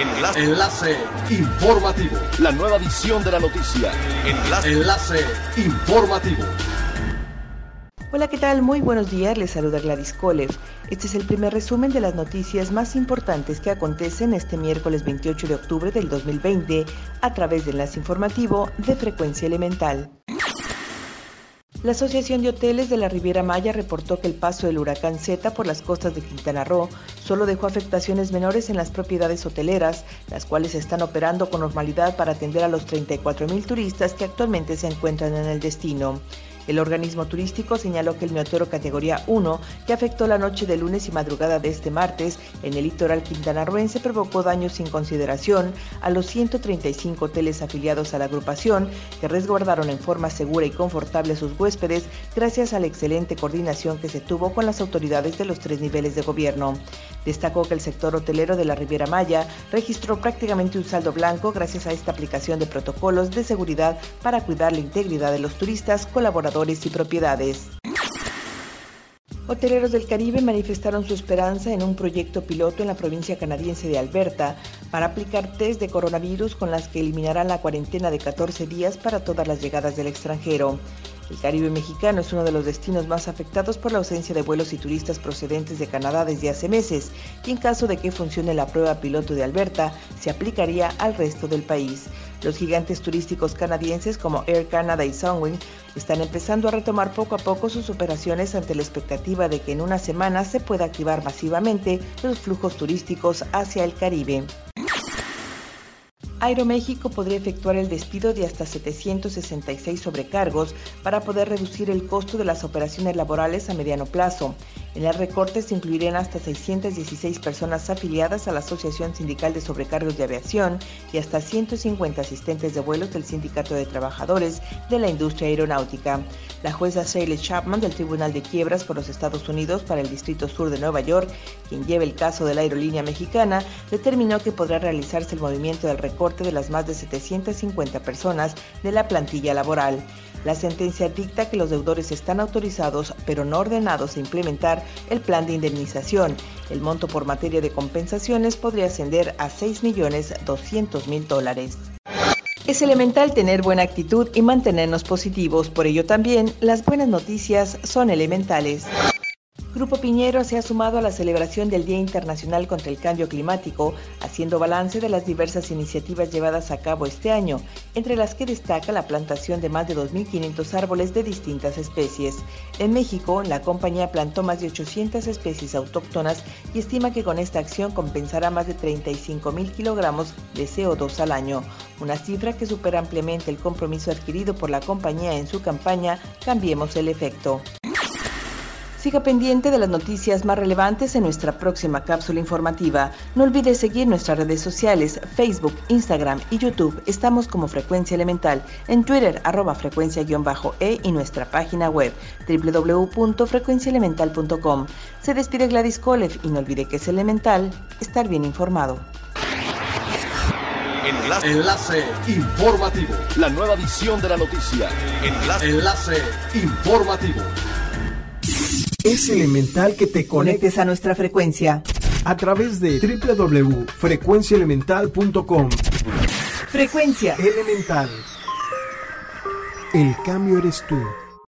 Enlace informativo. La nueva edición de la noticia. Enlace informativo. Hola, ¿qué tal? Muy buenos días, les saluda Gladys Kolev. Este es el primer resumen de las noticias más importantes que acontecen este miércoles 28 de octubre del 2020 a través del Enlace Informativo de Frecuencia Elemental. La Asociación de Hoteles de la Riviera Maya reportó que el paso del huracán Zeta por las costas de Quintana Roo solo dejó afectaciones menores en las propiedades hoteleras, las cuales están operando con normalidad para atender a los 34,000 turistas que actualmente se encuentran en el destino. El organismo turístico señaló que el meteoro categoría 1, que afectó la noche de lunes y madrugada de este martes en el litoral quintanarroense, provocó daños sin consideración a los 135 hoteles afiliados a la agrupación, que resguardaron en forma segura y confortable a sus huéspedes gracias a la excelente coordinación que se tuvo con las autoridades de los 3 niveles de gobierno. Destacó que el sector hotelero de la Riviera Maya registró prácticamente un saldo blanco gracias a esta aplicación de protocolos de seguridad para cuidar la integridad de los turistas, colaboradores y propiedades. Hoteleros del Caribe manifestaron su esperanza en un proyecto piloto en la provincia canadiense de Alberta para aplicar test de coronavirus con las que eliminarán la cuarentena de 14 días para todas las llegadas del extranjero. El Caribe mexicano es uno de los destinos más afectados por la ausencia de vuelos y turistas procedentes de Canadá desde hace meses, y en caso de que funcione la prueba piloto de Alberta, se aplicaría al resto del país. Los gigantes turísticos canadienses como Air Canada y Sunwing están empezando a retomar poco a poco sus operaciones ante la expectativa de que en una semana se pueda activar masivamente los flujos turísticos hacia el Caribe. Aeroméxico podría efectuar el despido de hasta 766 sobrecargos para poder reducir el costo de las operaciones laborales a mediano plazo. En el recorte se incluirían hasta 616 personas afiliadas a la Asociación Sindical de Sobrecargos de Aviación y hasta 150 asistentes de vuelos del Sindicato de Trabajadores de la Industria Aeronáutica. La jueza Shirley Chapman del Tribunal de Quiebras por los Estados Unidos para el Distrito Sur de Nueva York, quien lleva el caso de la aerolínea mexicana, determinó que podrá realizarse el movimiento del recorte de las más de 750 personas de la plantilla laboral. La sentencia dicta que los deudores están autorizados, pero no ordenados a implementar el plan de indemnización. El monto por materia de compensaciones podría ascender a $6.200.000. Es elemental tener buena actitud y mantenernos positivos, por ello también las buenas noticias son elementales. Grupo Piñero se ha sumado a la celebración del Día Internacional contra el Cambio Climático, haciendo balance de las diversas iniciativas llevadas a cabo este año, entre las que destaca la plantación de más de 2.500 árboles de distintas especies. En México, la compañía plantó más de 800 especies autóctonas y estima que con esta acción compensará más de 35,000 kilogramos de CO2 al año, una cifra que supera ampliamente el compromiso adquirido por la compañía en su campaña Cambiemos el Efecto. Siga pendiente de las noticias más relevantes en nuestra próxima cápsula informativa. No olvide seguir nuestras redes sociales, Facebook, Instagram y YouTube. Estamos como Frecuencia Elemental. En Twitter, @frecuencia_e y nuestra página web, www.frecuenciaelemental.com. Se despide Gladys Kolev y no olvide que es elemental estar bien informado. Enlace informativo. La nueva edición de la noticia. Enlace informativo. Es elemental que te Conectes a nuestra frecuencia a través de www.frecuenciaelemental.com. Frecuencia Elemental. El cambio eres tú.